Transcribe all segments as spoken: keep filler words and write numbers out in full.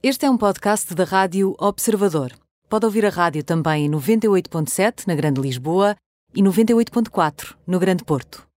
Este é um podcast da Rádio Observador. Pode ouvir a rádio também em noventa e oito ponto sete na Grande Lisboa e noventa e oito ponto quatro no Grande Porto.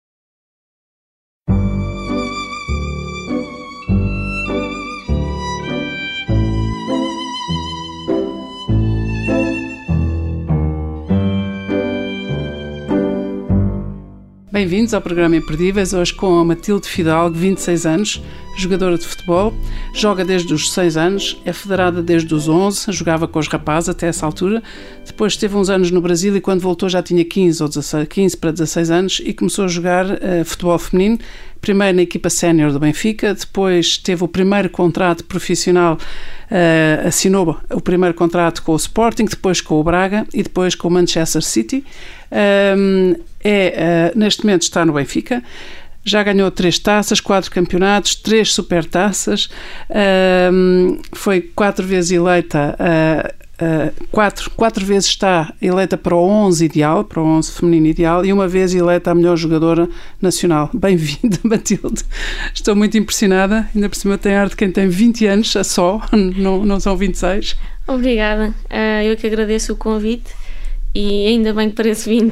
Bem-vindos ao programa Imperdíveis, hoje com a Matilde Fidalgo, vinte e seis anos, jogadora de futebol, joga desde os seis anos, é federada desde os onze, jogava com os rapazes até essa altura, depois esteve uns anos no Brasil e quando voltou já tinha quinze, ou dezasseis, quinze para dezasseis anos e começou a jogar uh, futebol feminino, primeiro na equipa sénior do Benfica, depois teve o primeiro contrato profissional, uh, assinou o primeiro contrato com o Sporting, depois com o Braga e depois com o Manchester City. Um, é, uh, neste momento está no Benfica, já ganhou três taças, quatro campeonatos, três supertaças, um, foi quatro vezes eleita, uh, uh, quatro, quatro vezes está eleita para o onze ideal, para o onze feminino ideal e uma vez eleita a melhor jogadora nacional. Bem-vinda, Matilde. Estou muito impressionada, ainda por cima tem ar de quem tem vinte anos a só, não, não são vinte e seis. Obrigada, uh, eu que agradeço o convite. E ainda bem que parece vinte.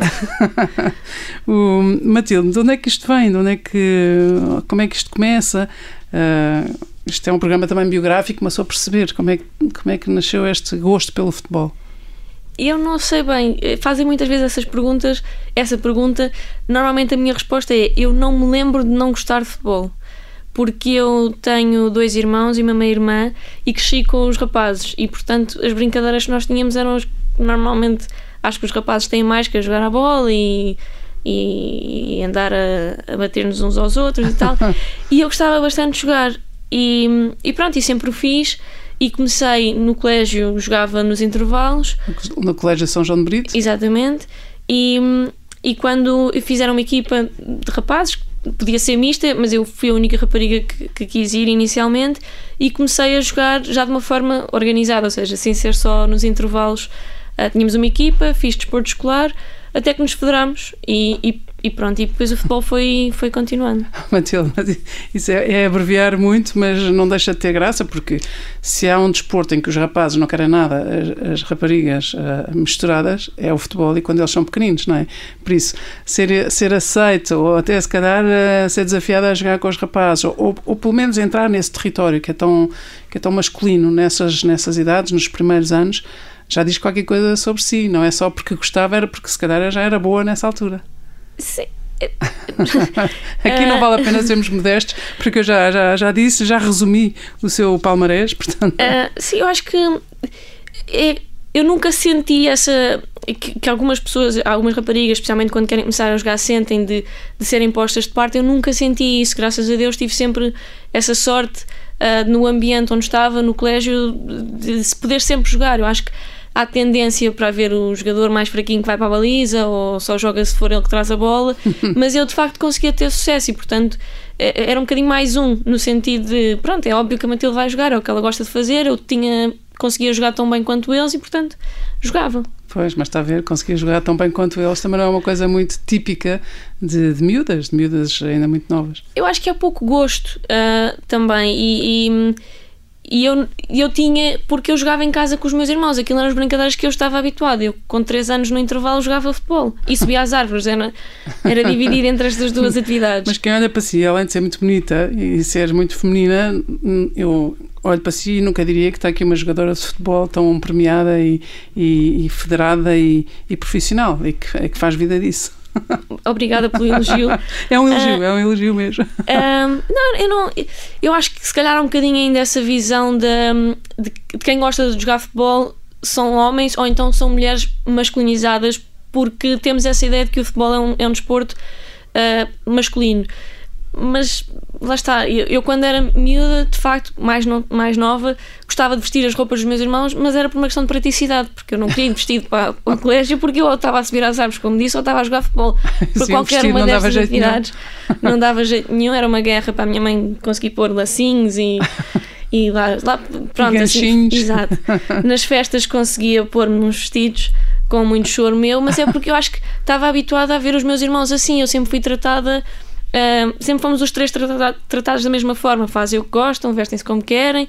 o, Matilde, de onde é que isto vem? De onde é que, como é que isto começa? Uh, isto é um programa também biográfico, mas só perceber como é, que, como é que nasceu este gosto pelo futebol. Eu não sei bem. Fazem muitas vezes essas perguntas. Essa pergunta, normalmente a minha resposta é: eu não me lembro de não gostar de futebol. Porque eu tenho dois irmãos e uma meia-irmã e cresci com os rapazes. E, portanto, as brincadeiras que nós tínhamos eram as, normalmente... Acho que os rapazes têm mais que a jogar a bola e, e, e andar a, a bater-nos uns aos outros e tal. E eu gostava bastante de jogar. E, e pronto, e sempre o fiz. E comecei no colégio, jogava nos intervalos. No Colégio São João de Brito? Exatamente. E, e quando fizeram uma equipa de rapazes, podia ser mista, mas eu fui a única rapariga que, que quis ir inicialmente. E comecei a jogar já de uma forma organizada, ou seja, sem ser só nos intervalos. Uh, tínhamos uma equipa, fiz desporto escolar, até que nos federámos e, e, e pronto, e depois o futebol foi, foi continuando. Matilde, isso é, é abreviar muito, mas não deixa de ter graça, porque se há um desporto em que os rapazes não querem nada, as, as raparigas uh, misturadas, é o futebol, e quando eles são pequeninos, não é? Por isso, ser, ser aceito, ou até se calhar uh, ser desafiado a jogar com os rapazes, ou, ou, ou pelo menos entrar nesse território que é tão, que é tão masculino nessas, nessas idades, nos primeiros anos, já diz qualquer coisa sobre si, não é só porque gostava, era porque se calhar já era boa nessa altura. Sim. Aqui não vale a pena sermos modestos, porque eu já, já, já disse, já resumi o seu palmarés, portanto... Uh, sim, eu acho que é, eu nunca senti essa... Que, que algumas pessoas, algumas raparigas, especialmente quando querem começar a jogar, sentem de, de serem postas de parte. Eu nunca senti isso, graças a Deus tive sempre essa sorte uh, no ambiente onde estava, no colégio, de, de se poder sempre jogar. Eu acho que há tendência para haver o jogador mais fraquinho que vai para a baliza ou só joga se for ele que traz a bola, mas eu de facto conseguia ter sucesso e portanto era um bocadinho mais um, no sentido de pronto, é óbvio que a Matilde vai jogar, é o que ela gosta de fazer, eu tinha, conseguia jogar tão bem quanto eles e portanto jogava. Pois, mas está a ver, conseguia jogar tão bem quanto eles também não é uma coisa muito típica de, de miúdas, de miúdas ainda muito novas. Eu acho que há pouco gosto uh, também e... e E eu, eu tinha, porque eu jogava em casa com os meus irmãos, aquilo eram as brincadeiras que eu estava habituada. Eu, com três anos no intervalo, jogava futebol e subia às árvores, era, era dividido entre estas duas atividades. Mas quem olha para si, além de ser muito bonita e ser muito feminina, eu olho para si e nunca diria que está aqui uma jogadora de futebol tão premiada e, e, e federada e, e profissional e que, é que faz vida disso. Obrigada pelo elogio. É um elogio, uh, é um elogio mesmo. Uh, não, eu não. Eu acho que se calhar há um bocadinho ainda essa visão de, de, de quem gosta de jogar futebol são homens ou então são mulheres masculinizadas, porque temos essa ideia de que o futebol é um, é um desporto uh, masculino. Mas lá está, eu, eu quando era miúda, de facto, mais, no, mais nova, gostava de vestir as roupas dos meus irmãos, mas era por uma questão de praticidade, porque eu não queria ir vestido para, para o colégio, porque eu ou estava a subir às árvores, como disse, ou estava a jogar futebol. Por Sim, qualquer uma destas atividades nenhum. Não dava jeito nenhum, era uma guerra para a minha mãe conseguir pôr lacinhos e, e lá, lá pronto, assim, exato. Nas festas conseguia pôr-me uns vestidos com muito choro meu, mas é porque eu acho que estava habituada a ver os meus irmãos assim, eu sempre fui tratada. Uh, sempre fomos os três trata- tratados da mesma forma, fazem o que gostam, vestem-se como querem,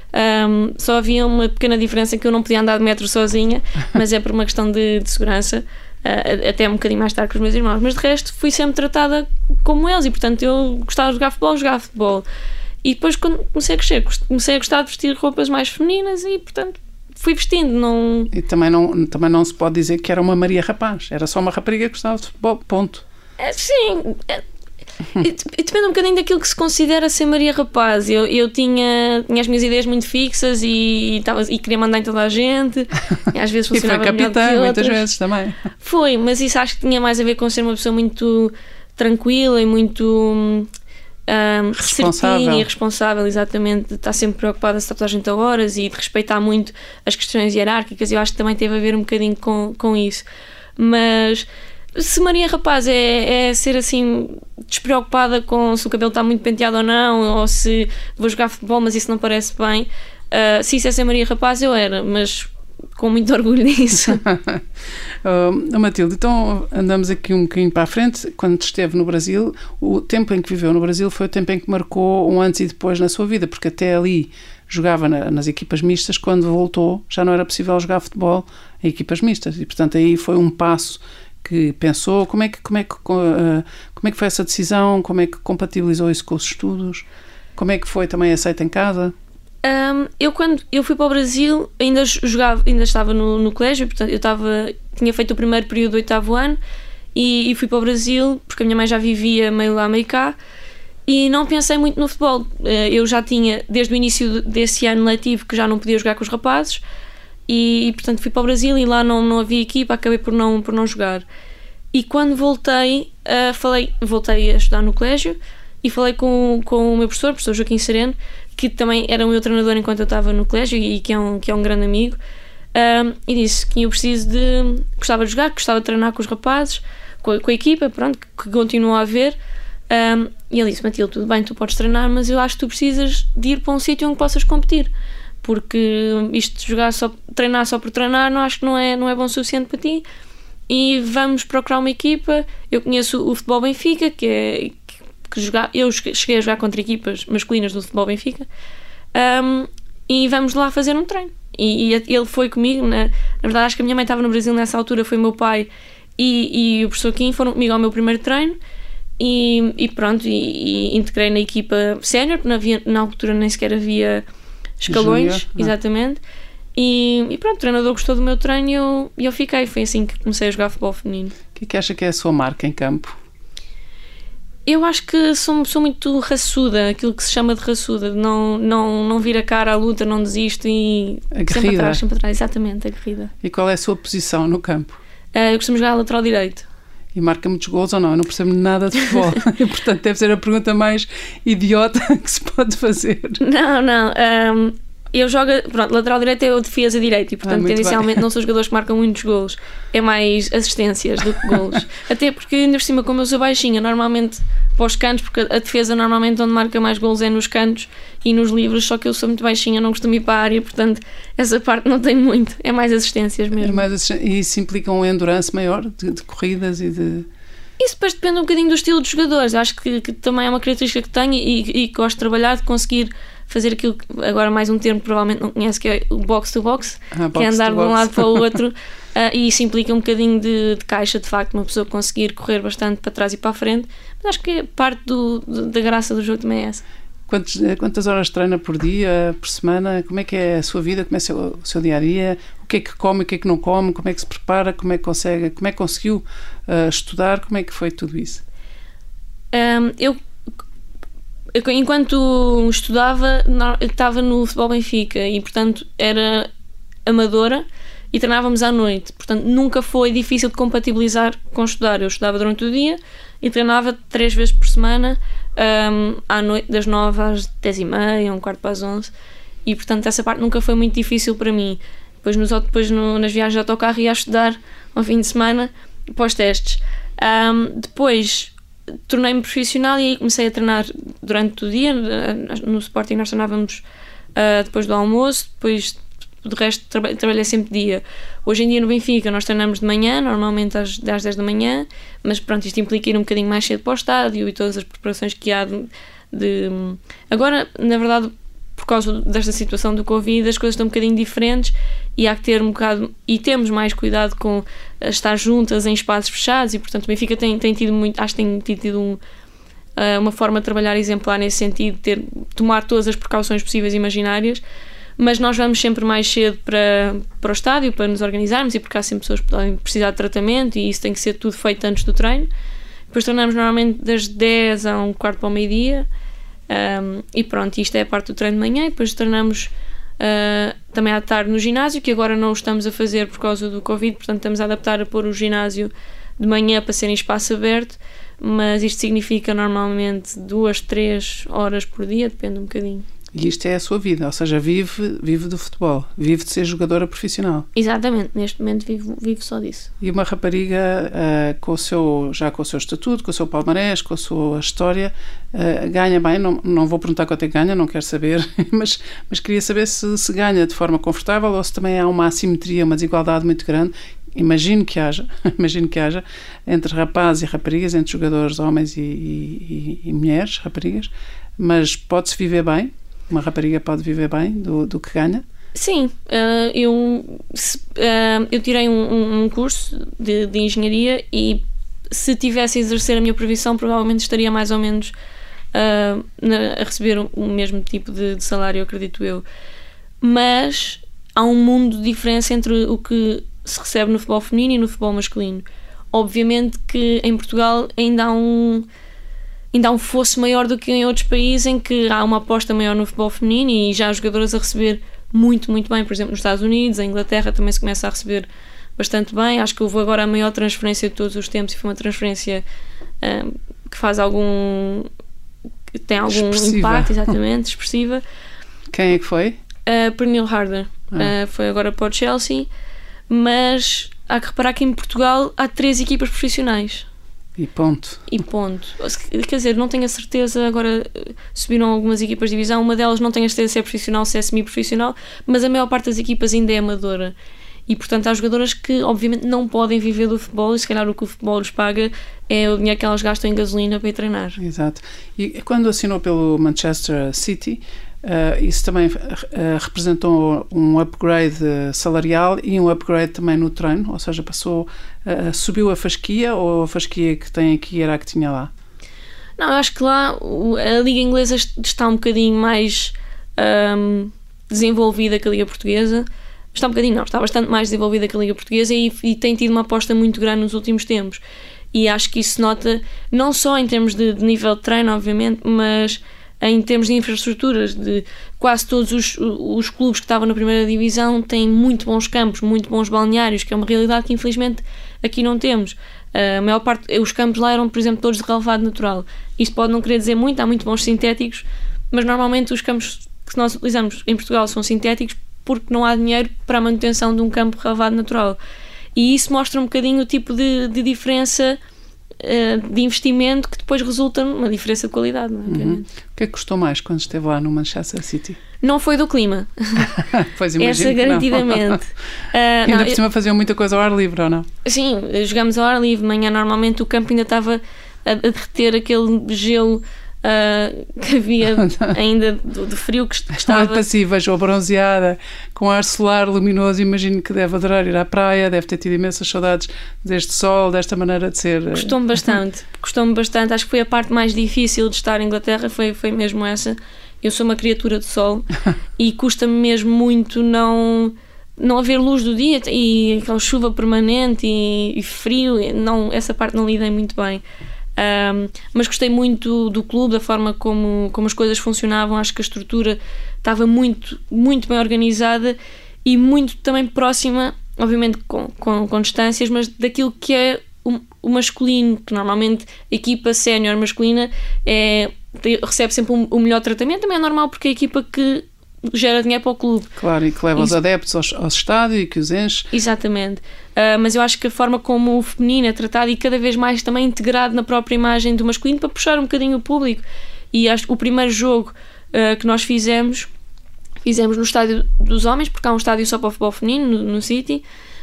Um, só havia uma pequena diferença que eu não podia andar de metro sozinha, mas é por uma questão de, de segurança, uh, até um bocadinho mais tarde que os meus irmãos. Mas de resto fui sempre tratada como eles e, portanto, eu gostava de jogar futebol, jogava futebol. E depois, quando comecei a crescer, comecei a gostar de vestir roupas mais femininas e, portanto, fui vestindo. Não... E também não, também não se pode dizer que era uma Maria Rapaz, era só uma rapariga que gostava de futebol, ponto. É, sim, é, e, e depende um bocadinho daquilo que se considera ser Maria Rapaz. Eu, eu tinha, tinha as minhas ideias muito fixas e, e, tava, e queria mandar em toda a gente, e às vezes funcionava melhor do que outras. E foi capitã muitas vezes também. Foi, mas isso acho que tinha mais a ver com ser uma pessoa muito tranquila e muito um, certinha e responsável, exatamente, de estar sempre preocupada se está toda a gente a horas e de respeitar muito as questões hierárquicas. Eu acho que também teve a ver um bocadinho com, com isso. Mas se Maria Rapaz é, é ser assim despreocupada com se o cabelo está muito penteado ou não, ou se vou jogar futebol mas isso não parece bem, uh, se isso é ser Maria Rapaz, eu era, mas com muito orgulho disso. uh, Matilde, então andamos aqui um bocadinho para a frente. Quando esteve no Brasil, o tempo em que viveu no Brasil foi o tempo em que marcou um antes e depois na sua vida, porque até ali jogava na, nas equipas mistas. Quando voltou já não era possível jogar futebol em equipas mistas e portanto aí foi um passo que pensou. Como é que, como é que, como é que foi essa decisão? Como é que compatibilizou isso com os estudos? Como é que foi também aceita em casa? Um, eu quando eu fui para o Brasil ainda jogava, ainda estava no, no colégio, portanto eu estava, tinha feito o primeiro período do oitavo ano e, e fui para o Brasil porque a minha mãe já vivia meio lá, meio cá, e não pensei muito no futebol. Eu já tinha, desde o início desse ano letivo, que já não podia jogar com os rapazes. E, e portanto fui para o Brasil e lá não, não havia equipa, acabei por não, por não jogar. E quando voltei, uh, falei, voltei a estudar no colégio e falei com, com o meu professor, o professor Joaquim Sereno, que também era o meu treinador enquanto eu estava no colégio e que é um, que é um grande amigo, um, e disse que eu preciso de... gostava de jogar, que gostava de treinar com os rapazes, com a, com a equipa, pronto, que, que continua a haver. Um, e ele disse: Matilde, tudo bem, tu podes treinar, mas eu acho que tu precisas de ir para um sítio onde possas competir, porque isto de jogar só, treinar só por treinar, não acho que não é, não é bom o suficiente para ti, e vamos procurar uma equipa. Eu conheço o Futebol Benfica, que é que, que jogar, eu cheguei a jogar contra equipas masculinas do Futebol Benfica, um, e vamos lá fazer um treino. E, e ele foi comigo, na, na verdade acho que a minha mãe estava no Brasil nessa altura, foi o meu pai e, e o professor Kim foram comigo ao meu primeiro treino. E, e pronto, e, e integrei na equipa sénior, porque havia, na altura nem sequer havia escalões. Junior, exatamente. E, e pronto, o treinador gostou do meu treino e eu, eu fiquei. Foi assim que comecei a jogar futebol feminino. O que é que acha que é a sua marca em campo? Eu acho que sou, sou muito raçuda, aquilo que se chama de raçuda, de não, não, não vir a cara à luta, não desisto e sempre atrás, sempre atrás, exatamente, aguerrida. E qual é a sua posição no campo? Uh, eu costumo jogar lateral direito. E marca muitos gols ou não? Eu não percebo nada de futebol. E, portanto, deve ser a pergunta mais idiota que se pode fazer. Não, não. Um, eu jogo... Pronto, lateral direito é o defesa direito e, portanto, ah, tendencialmente bem. Não são os jogadores que marcam muitos golos. É mais assistências do que golos. Até porque, ainda por cima, como eu sou baixinha, normalmente para os cantos, porque a defesa normalmente onde marca mais golos é nos cantos e nos livros, só que eu sou muito baixinha, não costumo ir para a área, portanto, essa parte não tem muito. É mais assistências mesmo. É mais assist... E isso implica um endurance maior de, de corridas e de... Isso depois depende um bocadinho do estilo dos jogadores. Acho que, que também é uma característica que tenho e, e que gosto de trabalhar, de conseguir fazer aquilo que agora mais um termo provavelmente não conhece, que é o box to box, ah, que é andar de um lado para o outro, uh, e isso implica um bocadinho de, de caixa, de facto, uma pessoa conseguir correr bastante para trás e para a frente, mas acho que é parte do, da graça do jogo também é essa. Quantos, quantas horas treina por dia, por semana? Como é que é a sua vida? Como é o seu, o seu dia-a-dia? O que é que come, o que é que não come? Como é que se prepara? Como é que consegue? Como é que conseguiu uh, estudar? Como é que foi tudo isso? Um, eu, eu, enquanto estudava, eu estava no Futebol Benfica e, portanto, era amadora e treinávamos à noite. Portanto, nunca foi difícil de compatibilizar com estudar. Eu estudava durante o dia e treinava três vezes por semana, um, à noite, das nove às dez e meia, um quarto para as onze, e portanto essa parte nunca foi muito difícil para mim. Depois, nos, depois no, nas viagens de autocarro ia a estudar ao fim de semana para os testes. Um, depois tornei-me profissional e aí comecei a treinar durante o dia. No Sporting nós treinávamos uh, depois do almoço, depois de resto traba- trabalhei sempre de dia. Hoje em dia no Benfica nós treinamos de manhã, normalmente às, às dez da manhã, mas pronto, isto implica ir um bocadinho mais cedo para o estádio e todas as preparações que há de, de... Agora, na verdade, por causa desta situação do Covid, as coisas estão um bocadinho diferentes e há que ter um bocado, e temos mais cuidado com estar juntas em espaços fechados e, portanto, o Benfica tem, tem tido muito, acho que tem tido um, uma forma de trabalhar exemplar nesse sentido, ter, tomar todas as precauções possíveis e imaginárias, mas nós vamos sempre mais cedo para, para o estádio, para nos organizarmos, e porque há sempre pessoas que podem precisar de tratamento e isso tem que ser tudo feito antes do treino. Depois treinamos normalmente das dez a um quarto para o meio-dia, um, e pronto, isto é a parte do treino de manhã, e depois treinamos uh, também à tarde no ginásio, que agora não o estamos a fazer por causa do Covid, portanto estamos a adaptar a pôr o ginásio de manhã para ser em espaço aberto, mas isto significa normalmente duas, três horas por dia, depende um bocadinho. E isto é a sua vida, ou seja, vive, vive do futebol, vive de ser jogadora profissional. Exatamente, neste momento vivo, vivo só disso. E uma rapariga uh, com o seu, já com o seu estatuto, com o seu palmarés, com a sua história, uh, ganha bem, não, não vou perguntar quanto é que ganha, não quero saber, mas, mas queria saber se, se ganha de forma confortável ou se também há uma assimetria, uma desigualdade muito grande. Imagino que haja, imagino que haja entre rapazes e raparigas, entre jogadores homens e, e, e mulheres, raparigas, mas pode-se viver bem? Uma rapariga pode viver bem do, do que ganha? Sim, uh, eu, uh, eu tirei um, um curso de, de engenharia e se tivesse a exercer a minha profissão provavelmente estaria mais ou menos uh, na, a receber o mesmo tipo de, de salário, acredito eu. Mas há um mundo de diferença entre o que se recebe no futebol feminino e no futebol masculino. Obviamente que em Portugal ainda há um... ainda há um fosso maior do que em outros países em que há uma aposta maior no futebol feminino e já há jogadoras a receber muito, muito bem. Por exemplo, nos Estados Unidos, em Inglaterra também se começa a receber bastante bem. Acho que houve agora a maior transferência de todos os tempos e foi uma transferência um, que faz algum... que tem algum expressiva. Impacto, exatamente, expressiva. Quem é que foi? Uh, Pernille Harder. Ah. Uh, foi agora para o Chelsea, mas há que reparar que em Portugal há três equipas profissionais. E ponto. E ponto. Quer dizer, não tenho a certeza, agora subiram algumas equipas de divisão, uma delas não tenho a certeza se é profissional, se é semi-profissional, mas a maior parte das equipas ainda é amadora. E, portanto, há jogadoras que, obviamente, não podem viver do futebol e, se calhar, o que o futebol lhes paga é o dinheiro que elas gastam em gasolina para ir treinar. Exato. E quando assinou pelo Manchester City, uh, isso também uh, representou um upgrade salarial e um upgrade também no treino? Ou seja, passou, uh, subiu a fasquia ou a fasquia que tem aqui era a que tinha lá? Não, eu acho que lá a Liga Inglesa está um bocadinho mais um, desenvolvida que a Liga Portuguesa. Está um bocadinho, não, está bastante mais desenvolvida que a Liga Portuguesa e, e tem tido uma aposta muito grande nos últimos tempos. E acho que isso se nota não só em termos de, de nível de treino, obviamente, mas em termos de infraestruturas. De quase todos os, os clubes que estavam na primeira divisão têm muito bons campos, muito bons balneários, que é uma realidade que infelizmente aqui não temos. A maior parte, os campos lá eram, por exemplo, todos de relevado natural. Isto pode não querer dizer muito, há muito bons sintéticos, mas normalmente os campos que nós utilizamos em Portugal são sintéticos porque não há dinheiro para a manutenção de um campo relevado natural. E isso mostra um bocadinho o tipo de, de diferença uh, de investimento que depois resulta numa diferença de qualidade. Não é? Uhum. O que é que custou mais quando esteve lá no Manchester City? Não foi do clima. Pois imagino. Essa garantidamente. Uh, ainda não, por cima faziam muita coisa ao ar livre, ou não? Sim, jogamos ao ar livre. De manhã normalmente o campo ainda estava a, a derreter aquele gelo Uh, que havia ainda do, do frio que, que estava. Olha para si, vejo-a bronzeada, com ar solar luminoso, imagino que deve adorar ir à praia, deve ter tido imensas saudades deste sol, desta maneira de ser. Custou-me bastante, custou-me bastante, acho que foi a parte mais difícil de estar em Inglaterra, foi, foi mesmo essa. Eu sou uma criatura de sol e custa-me mesmo muito não, não haver luz do dia e aquela chuva permanente e, e frio, não, essa parte não lidei muito bem. Um, mas gostei muito do clube, da forma como, como as coisas funcionavam. Acho que a estrutura estava muito, muito bem organizada e muito também próxima, obviamente com, com, com distâncias, mas daquilo que é o, o masculino, que normalmente a equipa sénior masculina é, recebe sempre o, o melhor tratamento. Também é normal porque é a equipa que gera dinheiro para o clube. Claro, e que leva Isso. os adeptos ao, ao estádio e que os enche. Exatamente. Uh, mas eu acho que a forma como o feminino é tratado e cada vez mais também integrado na própria imagem do masculino para puxar um bocadinho o público. E acho que o primeiro jogo uh, que nós fizemos, fizemos no estádio dos homens, porque há um estádio só para o futebol feminino, no, no City,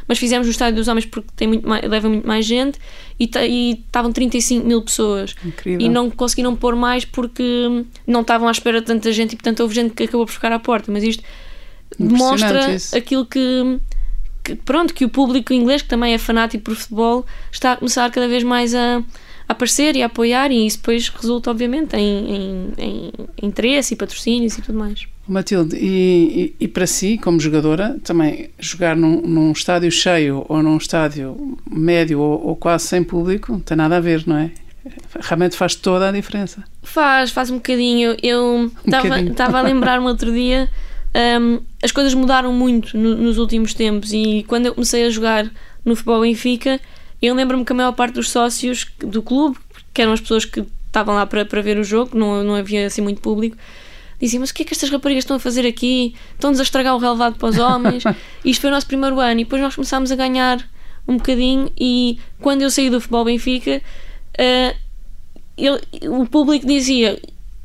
mas fizemos no Estádio dos Homens porque tem muito mais, leva muito mais gente e estavam trinta e cinco mil pessoas. Incrível. E não conseguiram pôr mais porque não estavam à espera de tanta gente e portanto houve gente que acabou por ficar à porta, mas isto demonstra isso. aquilo que, que pronto, que o público inglês, que também é fanático por futebol, está a começar cada vez mais a a aparecer e a apoiar, e isso depois resulta obviamente em, em, em interesse e patrocínios e tudo mais. Matilde, e, e, e para si, como jogadora, também jogar num, num estádio cheio ou num estádio médio ou, ou quase sem público, não tem nada a ver, não é? Realmente faz toda a diferença. Faz, faz um bocadinho. Eu estava um a lembrar-me outro dia, um, as coisas mudaram muito no, nos últimos tempos, e quando eu comecei a jogar no Futebol Benfica, eu lembro-me que a maior parte dos sócios do clube, que eram as pessoas que estavam lá para, para ver o jogo, não, não havia assim muito público, diziam, mas o que é que estas raparigas estão a fazer aqui? Estão-nos a estragar o relevado para os homens. Isto foi o nosso primeiro ano, e depois nós começámos a ganhar um bocadinho, e quando eu saí do Futebol Benfica, uh, eu, o público dizia,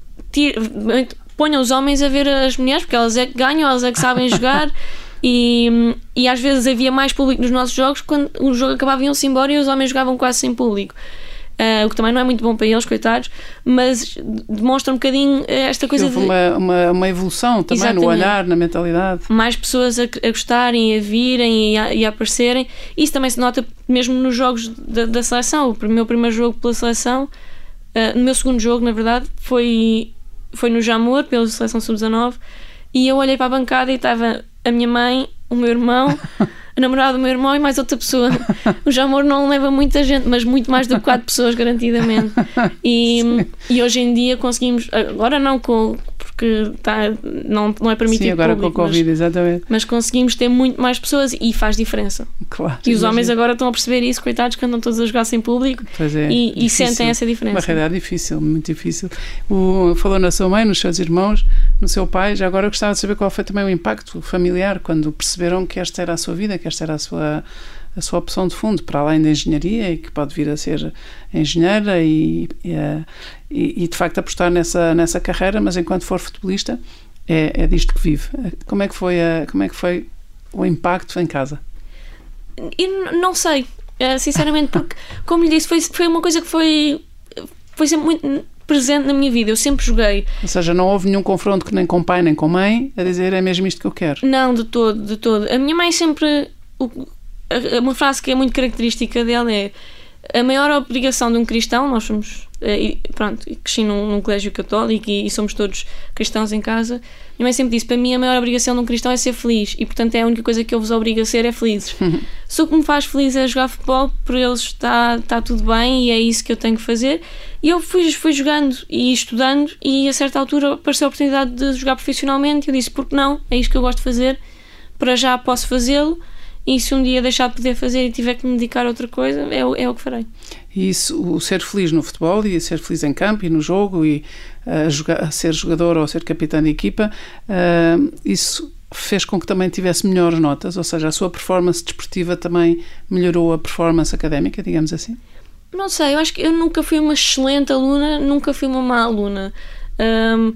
ponham os homens a ver as mulheres, porque elas é que ganham, elas é que sabem jogar. E, e às vezes havia mais público nos nossos jogos, quando o jogo acabava, iam-se embora e os homens jogavam quase sem público, uh, o que também não é muito bom para eles, coitados, mas demonstra um bocadinho esta coisa houve de uma, uma, uma evolução também. Exatamente. No olhar, na mentalidade, mais pessoas a, a gostarem, a virem e a, e a aparecerem. Isso também se nota mesmo nos jogos da, da seleção. O meu primeiro jogo pela seleção, uh, no meu segundo jogo, na verdade, foi, foi no Jamor, pela seleção sub dezanove, e eu olhei para a bancada e estava a minha mãe, o meu irmão, a namorada do meu irmão e mais outra pessoa. O Jamor não leva muita gente, mas muito mais do que quatro pessoas, garantidamente. E, e hoje em dia conseguimos, agora não com, porque tá, não, não é permitido. Sim, agora público, com o Covid, mas, exatamente. Mas conseguimos ter muito mais pessoas e faz diferença. Claro. E os homens agora estão a perceber isso, coitados, que andam todos a jogar sem público. Pois é, e, e sentem essa diferença. Uma realidade difícil, muito difícil. O, falou na sua mãe, nos seus irmãos, no seu pai. Já agora eu gostava de saber qual foi também o impacto familiar quando perceberam que esta era a sua vida, que esta era a sua, a sua opção de fundo, para além da engenharia, e que pode vir a ser engenheira e, e, e, e de facto apostar nessa, nessa carreira, mas enquanto for futebolista é, é disto que vive. Como é que foi, a, como é que foi o impacto em casa? Eu não sei, sinceramente, porque, como lhe disse, foi, foi uma coisa que foi, foi sempre muito presente na minha vida. Eu sempre joguei. Ou seja, não houve nenhum confronto que nem com pai nem com mãe a dizer é mesmo isto que eu quero? Não, de todo, de todo. A minha mãe sempre... Uma frase que é muito característica dela é: a maior obrigação de um cristão, nós somos, pronto, cresci num, num colégio católico e, e somos todos cristãos em casa. Minha mãe sempre disse, para mim a maior obrigação de um cristão é ser feliz, e portanto é a única coisa que eu vos obrigo a ser é felizes. Se o que me faz feliz é jogar futebol, por eles está, está tudo bem e é isso que eu tenho que fazer. E eu fui, fui jogando e estudando, e a certa altura apareceu a oportunidade de jogar profissionalmente, e eu disse, porque não? É isto que eu gosto de fazer, para já posso fazê-lo. E se um dia deixar de poder fazer e tiver que me dedicar a outra coisa, é, o, é o que farei. E isso, o ser feliz no futebol e ser feliz em campo e no jogo e uh, jogar, ser jogador ou ser capitão de equipa, uh, isso fez com que também tivesse melhores notas? Ou seja, a sua performance desportiva também melhorou a performance académica, digamos assim? Não sei, eu acho que eu nunca fui uma excelente aluna, nunca fui uma má aluna. Um,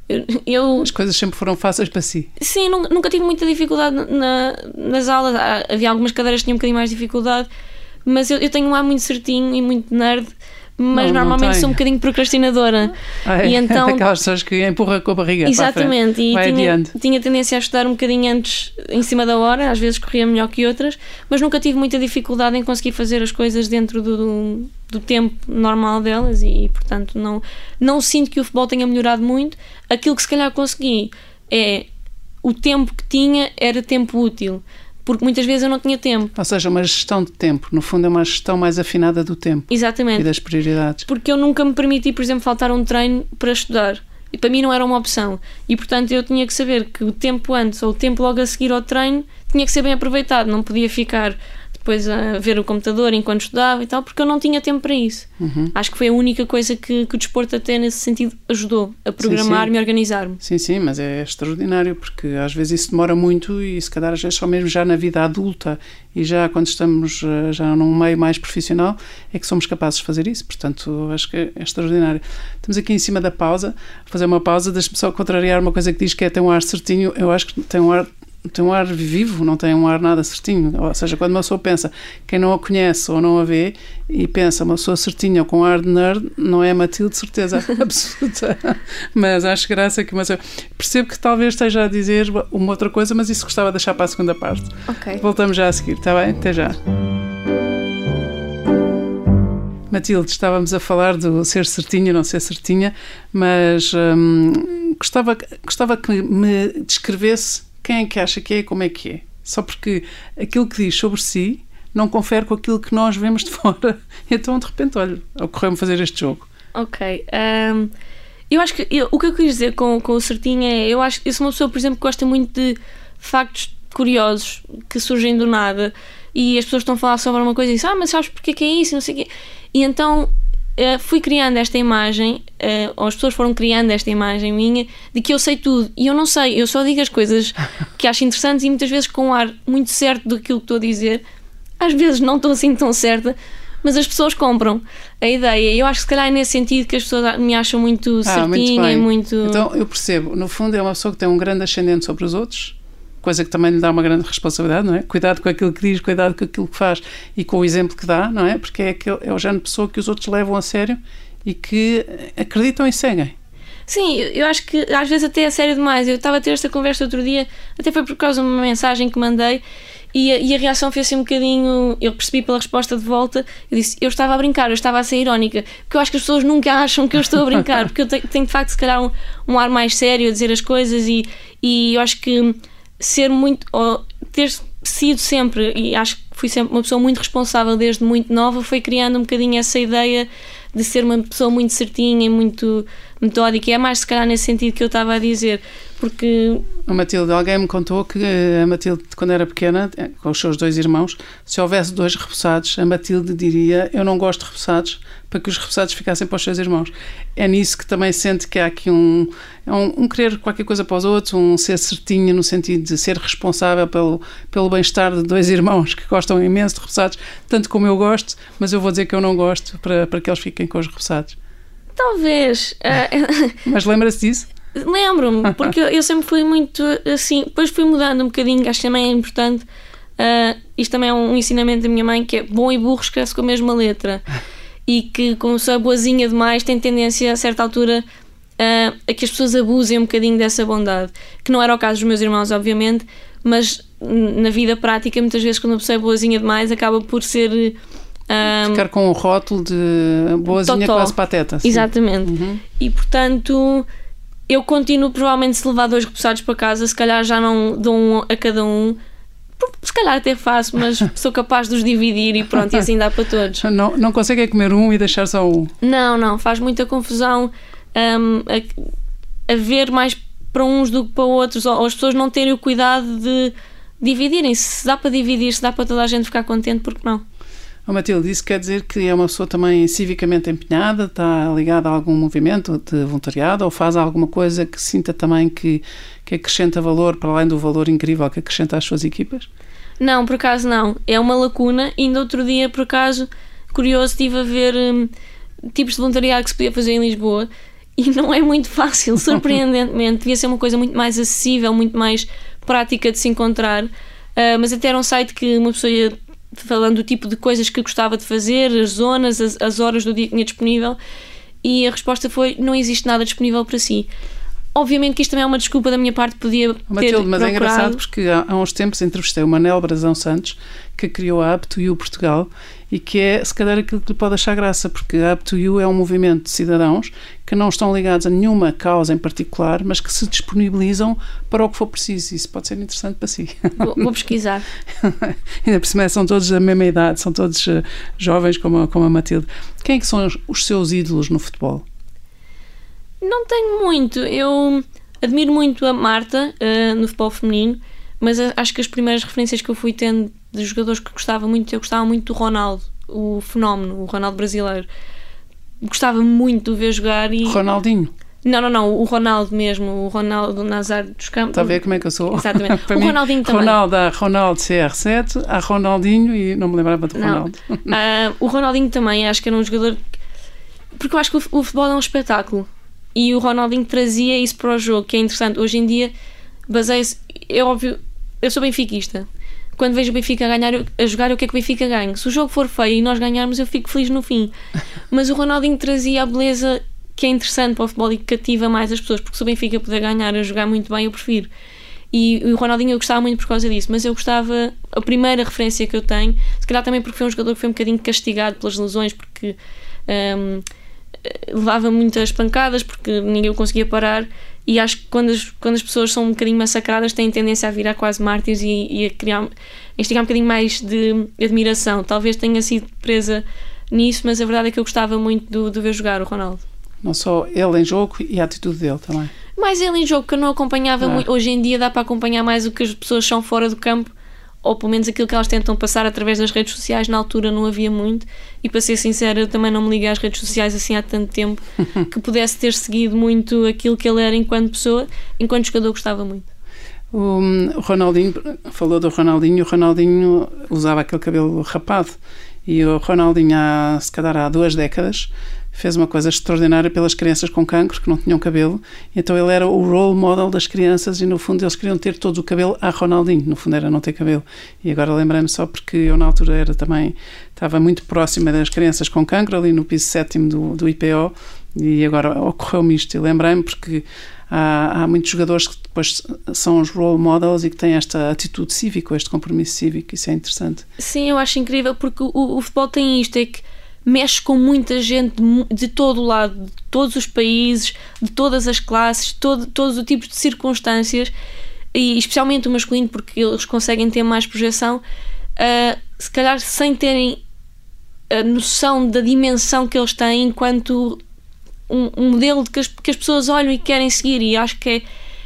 Eu, As coisas sempre foram fáceis para si? Sim, nunca, nunca tive muita dificuldade na, nas aulas. Havia algumas cadeiras que tinham um bocadinho mais dificuldade, mas eu, eu tenho um ar muito certinho e muito nerd, mas não, normalmente não sou um bocadinho procrastinadora. Ah, é? E então, aquelas pessoas que empurram com a barriga. Exatamente, e Vai tinha, adiante. tinha tendência a estudar um bocadinho antes, em cima da hora, às vezes corria melhor que outras, mas nunca tive muita dificuldade em conseguir fazer as coisas dentro do, do, do tempo normal delas, e portanto não, não sinto que o futebol tenha melhorado muito. Aquilo que se calhar consegui é o tempo que tinha era tempo útil, porque muitas vezes eu não tinha tempo. Ou seja, uma gestão de tempo, no fundo é uma gestão mais afinada do tempo. Exatamente. E das prioridades. Porque eu nunca me permiti, por exemplo, faltar um treino para estudar, e para mim não era uma opção, e portanto eu tinha que saber que o tempo antes ou o tempo logo a seguir ao treino tinha que ser bem aproveitado, não podia ficar depois a ver o computador enquanto estudava e tal, porque eu não tinha tempo para isso. Uhum. Acho que foi a única coisa que, que o desporto até nesse sentido ajudou a programar-me e organizar-me. Sim, sim, mas é extraordinário, porque às vezes isso demora muito, e se calhar às vezes só mesmo já na vida adulta e já quando estamos já num meio mais profissional é que somos capazes de fazer isso. Portanto, acho que é extraordinário. Estamos aqui em cima da pausa, a fazer uma pausa. Deixa-me só contrariar uma coisa que diz, que é tem um ar certinho. Eu acho que tem um ar tem um ar vivo, não tem um ar nada certinho. Ou seja, quando uma pessoa pensa, quem não a conhece ou não a vê, e pensa uma pessoa certinha ou com ar de nerd, não é a Matilde, de certeza absoluta. Mas acho graça que uma pessoa... Percebo que talvez esteja a dizer uma outra coisa, mas isso gostava de deixar para a segunda parte. Ok. Voltamos já a seguir, está bem? Até já. Matilde, estávamos a falar do ser certinha, não ser certinha, mas hum, gostava, gostava que me descrevesse quem é que acha que é e como é que é. Só porque aquilo que diz sobre si não confere com aquilo que nós vemos de fora. Então, de repente, olha, ocorreu-me fazer este jogo. Ok. Um, eu acho que eu, o que eu quis dizer com, com o certinho é, eu acho que eu sou uma pessoa, por exemplo, que gosta muito de factos curiosos que surgem do nada e as pessoas estão a falar sobre uma coisa e dizem, ah, mas sabes porque é que é isso? Não sei o quê. E então uh, fui criando esta imagem, uh, ou as pessoas foram criando esta imagem minha, de que eu sei tudo. E eu não sei, eu só digo as coisas que acho interessantes e muitas vezes com um ar muito certo daquilo que estou a dizer. Às vezes não estou assim tão certa, mas as pessoas compram a ideia. E eu acho que se calhar é nesse sentido que as pessoas me acham muito ah, certinha e muito... Então eu percebo, no fundo é uma pessoa que tem um grande ascendente sobre os outros, coisa que também lhe dá uma grande responsabilidade, não é? Cuidado com aquilo que diz, cuidado com aquilo que faz e com o exemplo que dá, não é? Porque é, aquele, é o género de pessoa que os outros levam a sério e que acreditam e seguem. Sim, eu acho que às vezes até é sério demais. Eu estava a ter esta conversa outro dia, até foi por causa de uma mensagem que mandei e a, e a reação foi assim um bocadinho... Eu percebi pela resposta de volta, eu disse, eu estava a brincar, eu estava a ser irónica, porque eu acho que as pessoas nunca acham que eu estou a brincar, porque eu tenho, tenho de facto se calhar um, um ar mais sério a dizer as coisas e, e eu acho que ser muito, ou ter sido sempre, e acho que fui sempre uma pessoa muito responsável desde muito nova, foi criando um bocadinho essa ideia de ser uma pessoa muito certinha e muito metódica, e é mais se calhar nesse sentido que eu estava a dizer, porque... A Matilde, alguém me contou que a Matilde, quando era pequena, com os seus dois irmãos, se houvesse dois repousados, a Matilde diria, eu não gosto de repousados, para que os repousados ficassem para os seus irmãos. É nisso que também sente que há aqui um, um, um querer qualquer coisa para os outros, um ser certinho no sentido de ser responsável pelo, pelo bem-estar de dois irmãos que gostam imenso de repousados, tanto como eu gosto, mas eu vou dizer que eu não gosto para, para que eles fiquem com os repousados. Talvez. Mas lembra-se disso? Lembro-me, porque eu sempre fui muito assim, depois fui mudando um bocadinho, acho que também é importante, uh, isto também é um ensinamento da minha mãe, que é bom e burro escreve-se com a mesma letra, e que como sou boazinha demais tem tendência a certa altura uh, a que as pessoas abusem um bocadinho dessa bondade, que não era o caso dos meus irmãos obviamente, mas na vida prática muitas vezes quando a pessoa é boazinha demais acaba por ser... Um, ficar com um rótulo de boazinha totó. Quase pateta. Sim. Exatamente. Uhum. E portanto eu continuo provavelmente se levar dois repousados para casa, se calhar já não dou um a cada um, se calhar até faço, mas sou capaz de os dividir e pronto, e assim dá para todos. Não, não consegue comer um e deixar só um? Não, não, faz muita confusão um, a, a ver mais para uns do que para outros, ou, ou as pessoas não terem o cuidado de dividirem. Se dá para dividir, se dá para toda a gente ficar contente, porque não? Oh, Matilde, isso quer dizer que é uma pessoa também civicamente empenhada, está ligada a algum movimento de voluntariado ou faz alguma coisa que sinta também que, que acrescenta valor, para além do valor incrível que acrescenta às suas equipas? Não, por acaso não. É uma lacuna. E ainda outro dia, por acaso, curioso, estive a ver hum, tipos de voluntariado que se podia fazer em Lisboa e não é muito fácil, surpreendentemente. Devia ser uma coisa muito mais acessível, muito mais prática de se encontrar. Uh, mas até era um site que uma pessoa ia falando do tipo de coisas que gostava de fazer, as zonas, as, as horas do dia que tinha disponível, e a resposta foi, não existe nada disponível para si. Obviamente que isto também é uma desculpa da minha parte, podia ter Matilde, mas procurado. É engraçado porque há, há uns tempos entrevistei o Manel Brazão Santos, que criou a Up to You Portugal, e que é, se calhar, aquilo que lhe pode achar graça, porque a Up to You é um movimento de cidadãos que não estão ligados a nenhuma causa em particular, mas que se disponibilizam para o que for preciso. Isso pode ser interessante para si. Vou, vou pesquisar. Ainda por cima são todos da mesma idade, são todos uh, jovens como a, como a Matilde. Quem é que são os, os seus ídolos no futebol? Não tenho muito. Eu admiro muito a Marta uh, no futebol feminino, mas acho que as primeiras referências que eu fui tendo de jogadores que gostava muito, eu gostava muito do Ronaldo, o fenómeno, o Ronaldo brasileiro. Gostava muito de ver jogar e... Ronaldinho? Não, não, não, o Ronaldo mesmo, o Ronaldo Nazário dos Campos. Está a ver como é que eu sou? Exatamente. Para o mim, Ronaldinho também. Ronaldo, há Ronaldo C R sete, há Ronaldinho e não me lembrava do Ronaldo. Uh, o Ronaldinho também, acho que era um jogador... Porque eu acho que o, o futebol é um espetáculo. E o Ronaldinho trazia isso para o jogo, que é interessante. Hoje em dia, baseia-se... É óbvio, eu sou benfiquista. Quando vejo o Benfica a, ganhar, a jogar, eu quero que o Benfica ganhe. Se o jogo for feio e nós ganharmos, eu fico feliz no fim. Mas o Ronaldinho trazia a beleza que é interessante para o futebol e que cativa mais as pessoas, porque se o Benfica puder ganhar a jogar muito bem, eu prefiro. E o Ronaldinho eu gostava muito por causa disso, mas eu gostava, a primeira referência que eu tenho, se calhar também porque foi um jogador que foi um bocadinho castigado pelas lesões, porque um, levava muitas pancadas, porque ninguém o conseguia parar. E acho que quando as, quando as pessoas são um bocadinho massacradas têm tendência a virar quase mártires e, e a criar, a instigar um bocadinho mais de admiração. Talvez tenha sido presa nisso, mas a verdade é que eu gostava muito de, de ver jogar o Ronaldo. Não só ele em jogo e a atitude dele também. Mais ele em jogo, que eu não acompanhava ah. muito. Hoje em dia dá para acompanhar mais o que as pessoas são fora do campo, ou pelo menos aquilo que elas tentam passar através das redes sociais. Na altura não havia muito, e para ser sincera eu também não me liguei às redes sociais assim há tanto tempo que pudesse ter seguido muito aquilo que ele era enquanto pessoa. Enquanto jogador gostava muito. O Ronaldinho, falou do Ronaldinho, o Ronaldinho usava aquele cabelo rapado, e o Ronaldinho há, se calhar há duas décadas fez uma coisa extraordinária pelas crianças com cancro que não tinham cabelo. Então ele era o role model das crianças e no fundo eles queriam ter todo o cabelo a Ronaldinho, no fundo era não ter cabelo. E agora lembrei-me só porque eu na altura era também, estava muito próxima das crianças com cancro ali no piso sétimo do, do I P O, e agora ocorreu-me isto e lembrei-me porque há, há muitos jogadores que depois são os role models e que têm esta atitude cívica, este compromisso cívico. Isso é interessante. Sim, eu acho incrível porque o, o futebol tem isto, é que mexe com muita gente de, de todo o lado, de todos os países, de todas as classes, todo, todos os tipos de circunstâncias, e especialmente o masculino, porque eles conseguem ter mais projeção, uh, se calhar sem terem a noção da dimensão que eles têm enquanto um, um modelo de que as, que as pessoas olham e querem seguir. E acho que é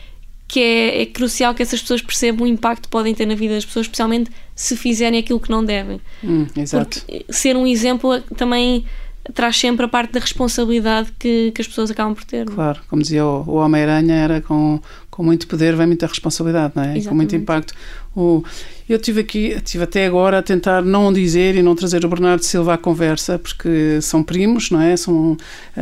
que é, é crucial que essas pessoas percebam o impacto que podem ter na vida das pessoas, especialmente se fizerem aquilo que não devem. Hum, exato. Porque ser um exemplo também traz sempre a parte da responsabilidade que, que as pessoas acabam por ter. Claro, como dizia o, o Homem-Aranha, era com, com muito poder vem muita responsabilidade, não é? E com muito impacto. O, eu estive aqui, estive até agora a tentar não dizer e não trazer o Bernardo Silva à conversa, porque são primos, não é? São, uh,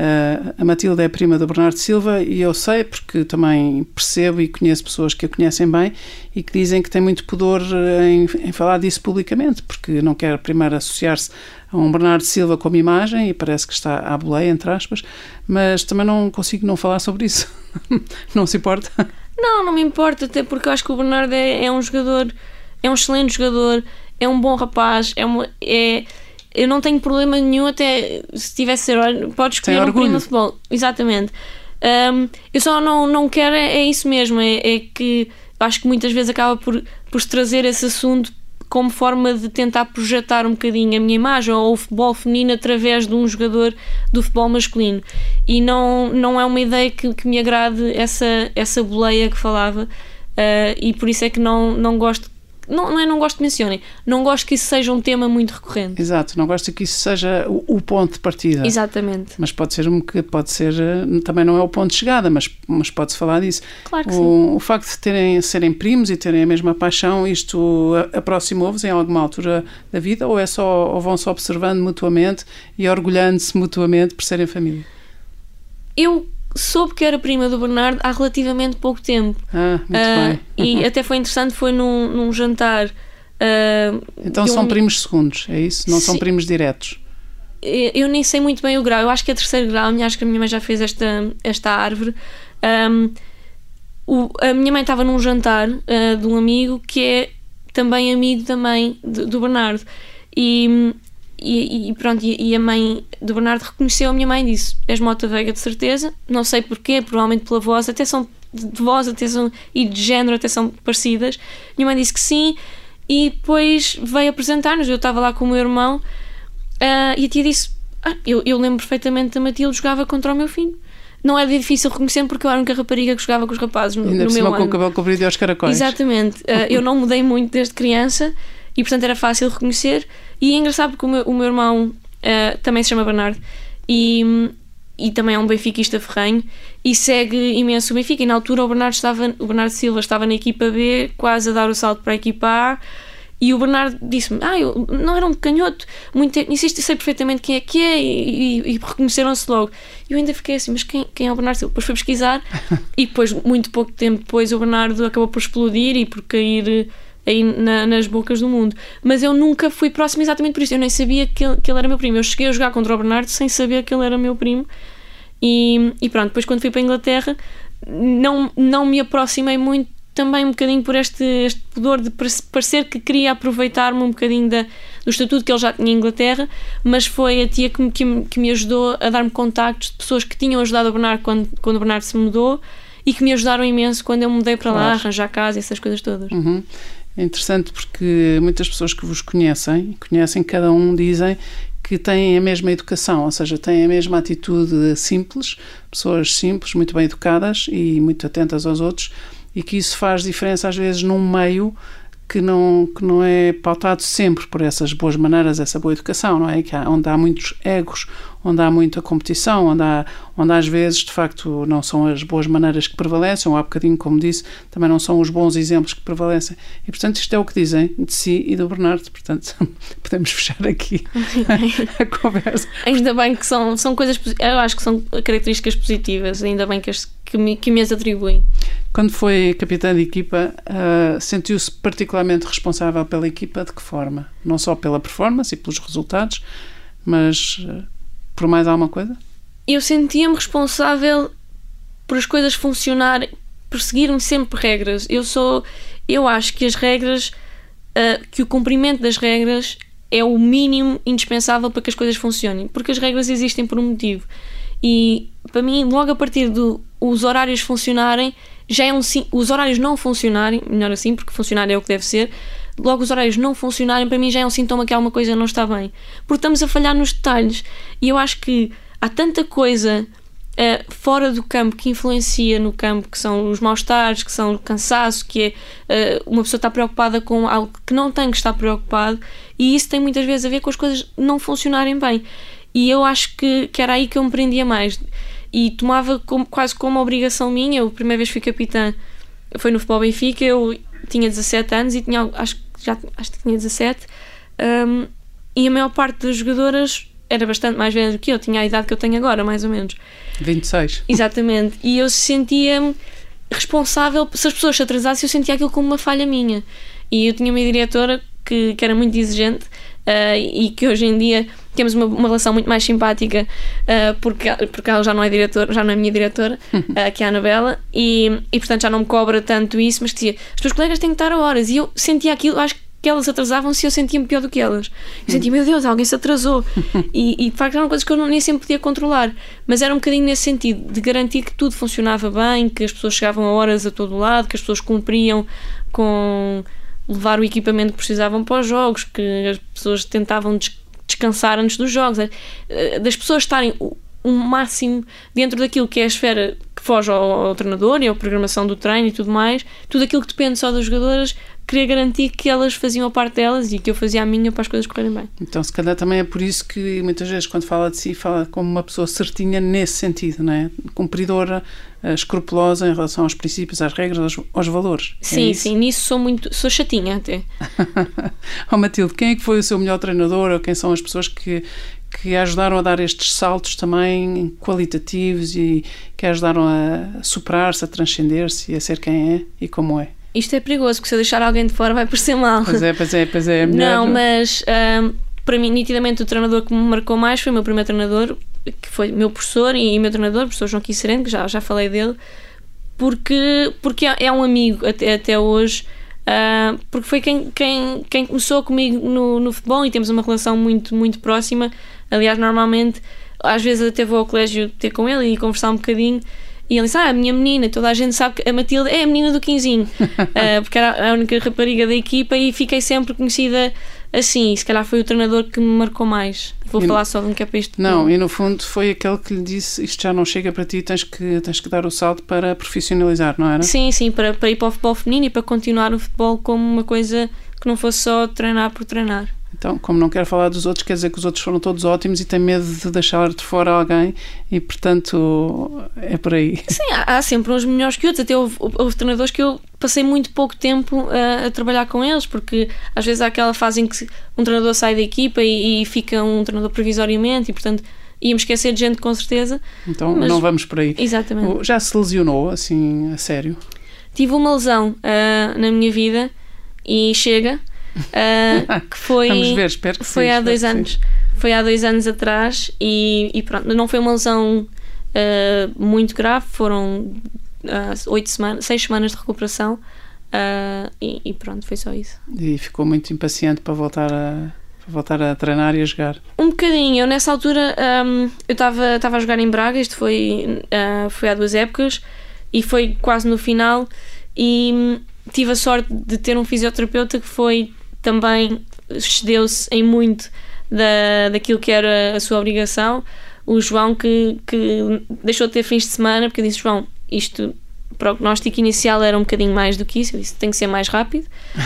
a Matilde é prima do Bernardo Silva e eu sei, porque também percebo e conheço pessoas que a conhecem bem e que dizem que têm muito pudor em, em falar disso publicamente, porque não quer primeiro associar-se a um Bernardo Silva como imagem e parece que está à boleia, entre aspas, mas também não consigo não falar sobre isso. Não se importa? Não, não me importa, até porque eu acho que o Bernardo é, é um jogador, é um excelente jogador, é um bom rapaz, é, uma, é eu não tenho problema nenhum, até se tivesse ser, olha, podes escolher um primo de futebol. Exatamente. Um, eu só não, não quero, é, é isso mesmo, é, é que acho que muitas vezes acaba por, por se trazer esse assunto como forma de tentar projetar um bocadinho a minha imagem ou o futebol feminino através de um jogador do futebol masculino, e não, não é uma ideia que, que me agrade essa, essa boleia que falava, uh, e por isso é que não, não gosto, não, não é não gosto de mencionem, não gosto que isso seja um tema muito recorrente. Exato, não gosto que isso seja o, o ponto de partida. Exatamente. Mas pode ser um que pode ser, também não é o ponto de chegada, mas, mas pode-se falar disso. Claro que o, sim. O facto de terem, serem primos e terem a mesma paixão, isto aproximou-vos em alguma altura da vida, ou é só, ou vão só observando mutuamente e orgulhando-se mutuamente por serem família? Eu soube que era prima do Bernardo há relativamente pouco tempo. Ah, muito uh, bem. E até foi interessante, foi num, num jantar. Uh, então são um... primos segundos, é isso? Não Sim. são primos diretos? Eu nem sei muito bem o grau, eu acho que é terceiro grau, acho que a minha mãe já fez esta, esta árvore. Um, o, a minha mãe estava num jantar uh, de um amigo que é também amigo da mãe de, do Bernardo. E... E, e pronto, e, e a mãe do Bernardo reconheceu a minha mãe e disse: és Mota Veiga de certeza, não sei porquê, provavelmente pela voz, até são de voz até são, e de género até são parecidas. Minha mãe disse que sim, e depois veio apresentar-nos. Eu estava lá com o meu irmão, uh, e a tia disse: ah, eu, eu lembro perfeitamente da Matilde, jogava contra o meu filho. Não era difícil reconhecer porque eu era a única rapariga que jogava com os rapazes no, ainda no meu ano. Com o cabelo comprido e aos caracóis. Exatamente. Uh, eu não mudei muito desde criança e portanto era fácil reconhecer. E é engraçado porque o meu, o meu irmão uh, também se chama Bernardo e, e também é um benfiquista ferrenho e segue imenso o Benfica. E na altura o Bernardo, estava, o Bernardo Silva estava na equipa B, quase a dar o salto para a equipa A, E o Bernardo disse-me, ah, eu não era um canhoto muito tecnicista, sei perfeitamente quem é que é, e, e, e reconheceram-se logo. E eu ainda fiquei assim, mas quem, quem é o Bernardo Silva? Depois fui pesquisar e depois, muito pouco tempo depois, o Bernardo acabou por explodir e por cair aí na, nas bocas do mundo. Mas eu nunca fui próximo exatamente por isso, eu nem sabia que ele, que ele era meu primo. Eu cheguei a jogar contra o Bernardo sem saber que ele era meu primo. E, e pronto, depois quando fui para a Inglaterra não, não me aproximei muito, também um bocadinho por este, este pudor de parecer que queria aproveitar-me um bocadinho da, do estatuto que ele já tinha em Inglaterra, mas foi a tia que me, que me, que me ajudou a dar-me contactos de pessoas que tinham ajudado o Bernardo quando, quando o Bernardo se mudou e que me ajudaram imenso quando eu me mudei para lá, claro. Arranjar casa e essas coisas todas. Uhum. É interessante porque muitas pessoas que vos conhecem, conhecem, cada um dizem que têm a mesma educação, ou seja, têm a mesma atitude simples, pessoas simples, muito bem educadas e muito atentas aos outros, e que isso faz diferença às vezes num meio que não, que não é pautado sempre por essas boas maneiras, essa boa educação, não é? Que há, onde há muitos egos, onde há muita competição, onde, há, onde às vezes, de facto, não são as boas maneiras que prevalecem, ou há bocadinho, como disse, também não são os bons exemplos que prevalecem. E, portanto, isto é o que dizem de si e do Bernardo, portanto, podemos fechar aqui a conversa. Ainda bem que são, são coisas, eu acho que são características positivas, ainda bem que, as, que, me, que me as atribuem. Quando foi capitã de equipa, uh, sentiu-se particularmente responsável pela equipa de que forma? Não só pela performance e pelos resultados, mas uh, por mais alguma coisa? Eu sentia-me responsável por as coisas funcionarem, por seguirem sempre regras. Eu sou, eu acho que as regras, uh, que o cumprimento das regras é o mínimo indispensável para que as coisas funcionem, porque as regras existem por um motivo. E para mim, logo a partir dos do, horários funcionarem, já é um, os horários não funcionarem, melhor assim, porque funcionar é o que deve ser, logo os horários não funcionarem, para mim já é um sintoma que alguma coisa não está bem, porque estamos a falhar nos detalhes, e eu acho que há tanta coisa uh, fora do campo que influencia no campo, que são os maus-estares, que são o cansaço, que é uh, uma pessoa está preocupada com algo que não tem que estar preocupado, e isso tem muitas vezes a ver com as coisas não funcionarem bem, e eu acho que, que era aí que eu me prendia mais. E tomava como, quase como obrigação minha. Eu, a primeira vez que fui capitã foi no Futebol Benfica, eu tinha dezassete anos e tinha, acho, já, acho que tinha dezassete, um, e a maior parte das jogadoras era bastante mais velha do que eu, tinha a idade que eu tenho agora, mais ou menos. vinte e seis. Exatamente. E eu sentia-me responsável, se as pessoas se atrasassem, eu sentia aquilo como uma falha minha. E eu tinha uma diretora que, que era muito exigente, uh, e que hoje em dia temos uma, uma relação muito mais simpática, uh, porque, porque ela já não é diretora, já não é minha diretora, uh, que é a Anabela, e, e portanto já não me cobra tanto isso, mas que dizia, as tuas colegas têm que estar a horas, e eu sentia aquilo, acho que elas atrasavam-se e eu sentia-me pior do que elas. Eu sentia, meu Deus, alguém se atrasou. E, e de facto eram coisas que eu não, nem sempre podia controlar, mas era um bocadinho nesse sentido, de garantir que tudo funcionava bem, que as pessoas chegavam a horas a todo lado, que as pessoas cumpriam com levar o equipamento que precisavam para os jogos, que as pessoas tentavam des- descansar antes dos jogos, das pessoas estarem o, o máximo dentro daquilo que é a esfera que foge ao, ao treinador e à programação do treino e tudo mais, tudo aquilo que depende só das jogadoras, queria garantir que elas faziam a parte delas e que eu fazia a minha para as coisas correrem bem. Então se calhar também é por isso que muitas vezes quando fala de si fala como uma pessoa certinha nesse sentido, não é? Cumpridora, escrupulosa em relação aos princípios, às regras, aos, aos valores. Sim, é sim, nisso sou muito, sou chatinha até. Oh, Matilde, quem é que foi o seu melhor treinador, ou quem são as pessoas que, que ajudaram a dar estes saltos também qualitativos e que ajudaram a superar-se, a transcender-se e a ser quem é e como é? Isto é perigoso, porque se eu deixar alguém de fora vai parecer mal. Pois é, pois é, pois é. Melhor... Não, mas um, para mim, nitidamente, o treinador que me marcou mais foi o meu primeiro treinador, que foi meu professor e, e meu treinador, o professor João Quisserene, que já, já falei dele, porque, porque é um amigo até, até hoje, uh, porque foi quem, quem, quem começou comigo no, no futebol e temos uma relação muito, muito próxima. Aliás, normalmente, às vezes até vou ao colégio ter com ele e conversar um bocadinho. E ele disse, ah, a minha menina, toda a gente sabe que a Matilde é a menina do quinzinho, uh, porque era a única rapariga da equipa e fiquei sempre conhecida assim. Se calhar foi o treinador que me marcou mais. Vou e falar só de um que é para isto. Não, e no fundo foi aquele que lhe disse, isto já não chega para ti, tens que, tens que dar o salto para profissionalizar, não era? Sim, sim, para, para ir para o futebol feminino e para continuar o futebol como uma coisa que não fosse só treinar por treinar. Então, como não quero falar dos outros, quer dizer que os outros foram todos ótimos e tem medo de deixar de fora alguém e, portanto, é por aí. Sim, há, há sempre uns melhores que outros. Até houve, houve treinadores que eu passei muito pouco tempo a, a trabalhar com eles, porque às vezes há aquela fase em que um treinador sai da equipa e, e fica um treinador provisoriamente e, portanto, íamos esquecer de gente com certeza. Então, mas não vamos por aí. Exatamente. Já se lesionou, assim, a sério? Tive uma lesão uh, na minha vida e chega... Uh, que foi, Vamos ver, espero que foi sim, há dois que anos sim. foi há dois anos atrás e, e pronto, não foi uma lesão uh, muito grave, foram uh, oito semanas, seis semanas de recuperação uh, e, e pronto, foi só isso. E ficou muito impaciente para voltar a, para voltar a treinar e a jogar? Um bocadinho, eu nessa altura um, eu estava a jogar em Braga, isto foi, uh, foi há duas épocas e foi quase no final e um, tive a sorte de ter um fisioterapeuta que foi também excedeu-se em muito da, daquilo que era a sua obrigação, o João, que, que deixou de ter fins de semana, porque eu disse, João, isto, o prognóstico inicial era um bocadinho mais do que isso, eu disse, tem que ser mais rápido,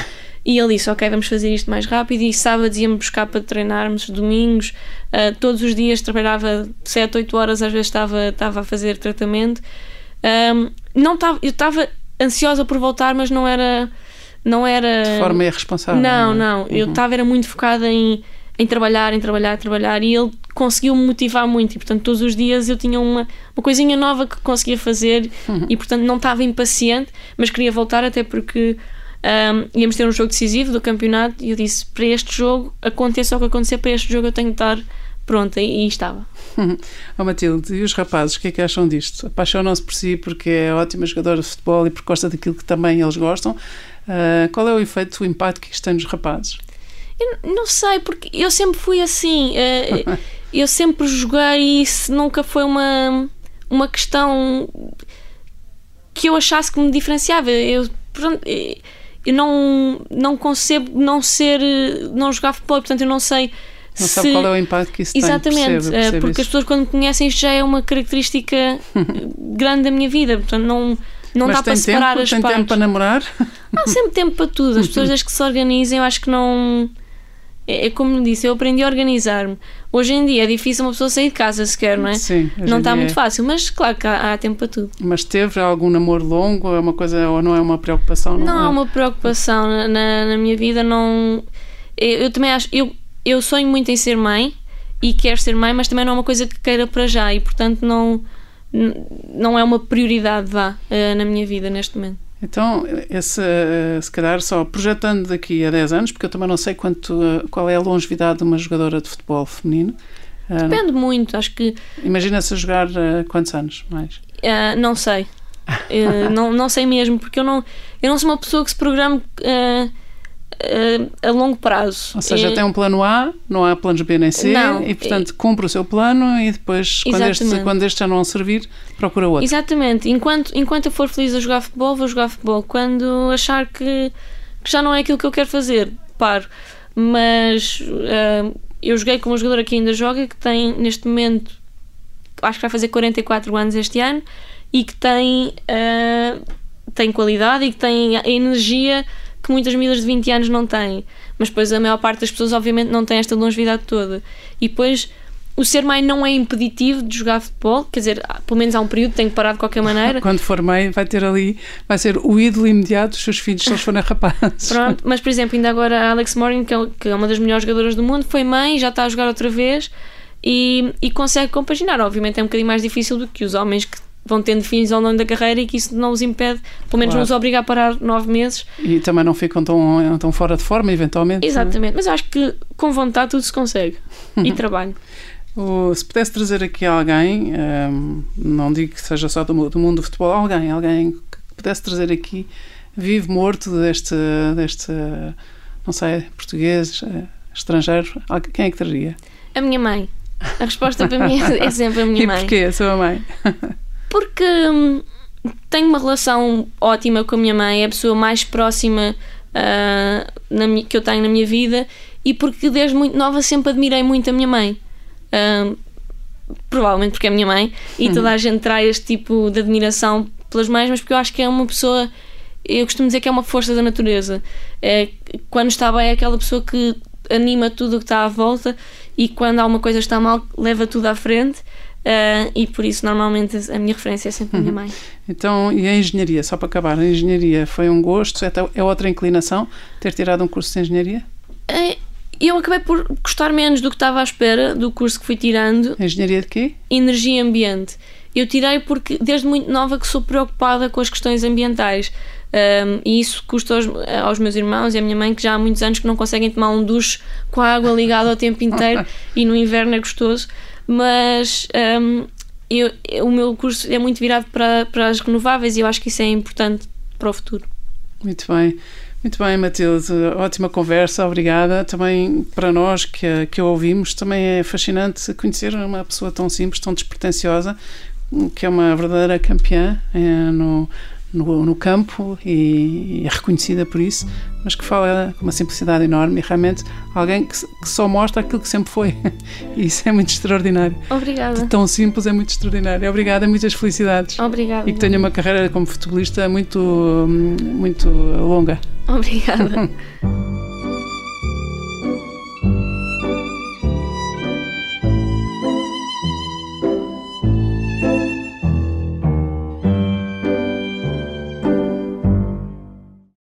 e ele disse, ok, vamos fazer isto mais rápido, e sábados ia-me buscar para treinarmos, domingos, uh, todos os dias trabalhava sete, oito horas, às vezes estava, estava a fazer tratamento, um, não estava, eu estava ansiosa por voltar, mas não era... Não era... De forma irresponsável. Não, não. não. Eu estava era muito focada em, em trabalhar, em trabalhar, em trabalhar e ele conseguiu-me motivar muito e, portanto, todos os dias eu tinha uma, uma coisinha nova que conseguia fazer uhum. e, portanto, não estava impaciente, mas queria voltar até porque um, íamos ter um jogo decisivo do campeonato e eu disse, para este jogo, aconteça o que acontecer, para este jogo eu tenho que estar pronta e, e estava. Oh, Matilde, e os rapazes, o que é que acham disto? Apaixonam-se por si porque é ótima jogadora de futebol e porque gosta daquilo que também eles gostam. Uh, qual é o efeito, o impacto que isto tem nos rapazes? Eu não sei, porque eu sempre fui assim. Uh, eu sempre joguei e isso nunca foi uma, uma questão que eu achasse que me diferenciava. Eu, pronto, eu não, não concebo não ser, não jogar futebol, portanto eu não sei. Não se... sabe qual é o impacto que isso Exatamente, tem. Exatamente, percebo, percebo porque isso. as pessoas quando me conhecem isto já é uma característica grande da minha vida, portanto não, não Mas dá para separar tempo, as tem partes. tempo para namorar? Há sempre tempo para tudo, as pessoas desde que se organizem, eu acho que não... É, é como me disse, eu aprendi a organizar-me. Hoje em dia é difícil uma pessoa sair de casa sequer, não é? Sim, não está muito é. fácil, mas claro que há, há tempo para tudo. Mas teve algum namoro longo? É uma coisa, ou não é uma preocupação? Não, não há é? uma preocupação na, na, na minha vida, não... Eu, eu também acho... Eu, eu sonho muito em ser mãe e quero ser mãe, mas também não é uma coisa que queira para já e, portanto, não, não é uma prioridade, vá, na minha vida neste momento. Então, esse, se calhar só projetando daqui a dez anos, porque eu também não sei quanto, qual é a longevidade de uma jogadora de futebol feminino. Depende muito, acho que... Imagina-se a jogar uh, quantos anos mais? Uh, não sei. uh, não, não sei mesmo, porque eu não, eu não sou uma pessoa que se programe uh, uh, a longo prazo. Ou seja, uh, tem um plano A, não há planos B nem C, não, e portanto cumpre o seu plano e depois, quando este, quando este já não servir, procura outro. Exatamente. Enquanto, enquanto eu for feliz a jogar futebol, vou jogar futebol. Quando achar que, que já não é aquilo que eu quero fazer, paro. Mas uh, eu joguei com uma jogadora que ainda joga, que tem neste momento, acho que vai fazer quarenta e quatro anos este ano, e que tem, uh, tem qualidade e que tem a energia que muitas miúdas de vinte anos não têm. Mas depois a maior parte das pessoas obviamente não tem esta longevidade toda. E depois o ser mãe não é impeditivo de jogar futebol, quer dizer, pelo menos há um período que tem que parar de qualquer maneira. Quando for mãe vai ter ali, vai ser o ídolo imediato dos seus filhos se eles forem rapazes. Pronto, mas por exemplo, ainda agora a Alex Morgan, que é uma das melhores jogadoras do mundo, foi mãe, já está a jogar outra vez e, e consegue compaginar. Obviamente é um bocadinho mais difícil do que os homens que vão tendo filhos ao longo da carreira e que isso não os impede, pelo menos claro. Não os obriga a parar nove meses. E também não ficam tão, tão fora de forma, eventualmente. Exatamente, mas eu acho que com vontade tudo se consegue e trabalho. O, se pudesse trazer aqui alguém, um, não digo que seja só do, do mundo do futebol, alguém, alguém que pudesse trazer aqui, vivo, morto, deste, deste não sei, português, estrangeiro, quem é que traria? A minha mãe. A resposta para mim é sempre a minha e mãe. E porquê a sua mãe? Porque hum, tenho uma relação ótima com a minha mãe, é a pessoa mais próxima uh, na minha, que eu tenho na minha vida, e porque desde muito nova sempre admirei muito a minha mãe. Uh, provavelmente porque é a minha mãe e toda a gente traz este tipo de admiração pelas mães, mas porque eu acho que é uma pessoa, eu costumo dizer que é uma força da natureza. É, quando está bem é aquela pessoa que anima tudo o que está à volta e quando há uma coisa que está mal, leva tudo à frente. Uh, e por isso normalmente a minha referência é sempre a minha mãe. Então, e a engenharia, só para acabar, a engenharia foi um gosto, é outra inclinação ter tirado um curso de engenharia? Uh, eu acabei por gostar menos do que estava à espera do curso que fui tirando. Engenharia de quê? Energia e ambiente. Eu tirei porque desde muito nova que sou preocupada com as questões ambientais. Um, e isso custa aos, aos meus irmãos e à minha mãe, que já há muitos anos que não conseguem tomar um duche com a água ligada o tempo inteiro e no inverno é gostoso. Mas um, eu, o meu curso é muito virado para, para as renováveis e eu acho que isso é importante para o futuro. Muito bem, muito bem, Matilde, ótima conversa, obrigada. Também para nós que, que a ouvimos, também é fascinante conhecer uma pessoa tão simples, tão despretensiosa, que é uma verdadeira campeã é, no, no, no campo e é reconhecida por isso, mas que fala com uma simplicidade enorme e realmente alguém que, que só mostra aquilo que sempre foi. E isso é muito extraordinário. Obrigada. De tão simples é muito extraordinário. Obrigada, muitas felicidades. Obrigada. E que tenha uma carreira como futebolista muito, muito longa. Obrigada.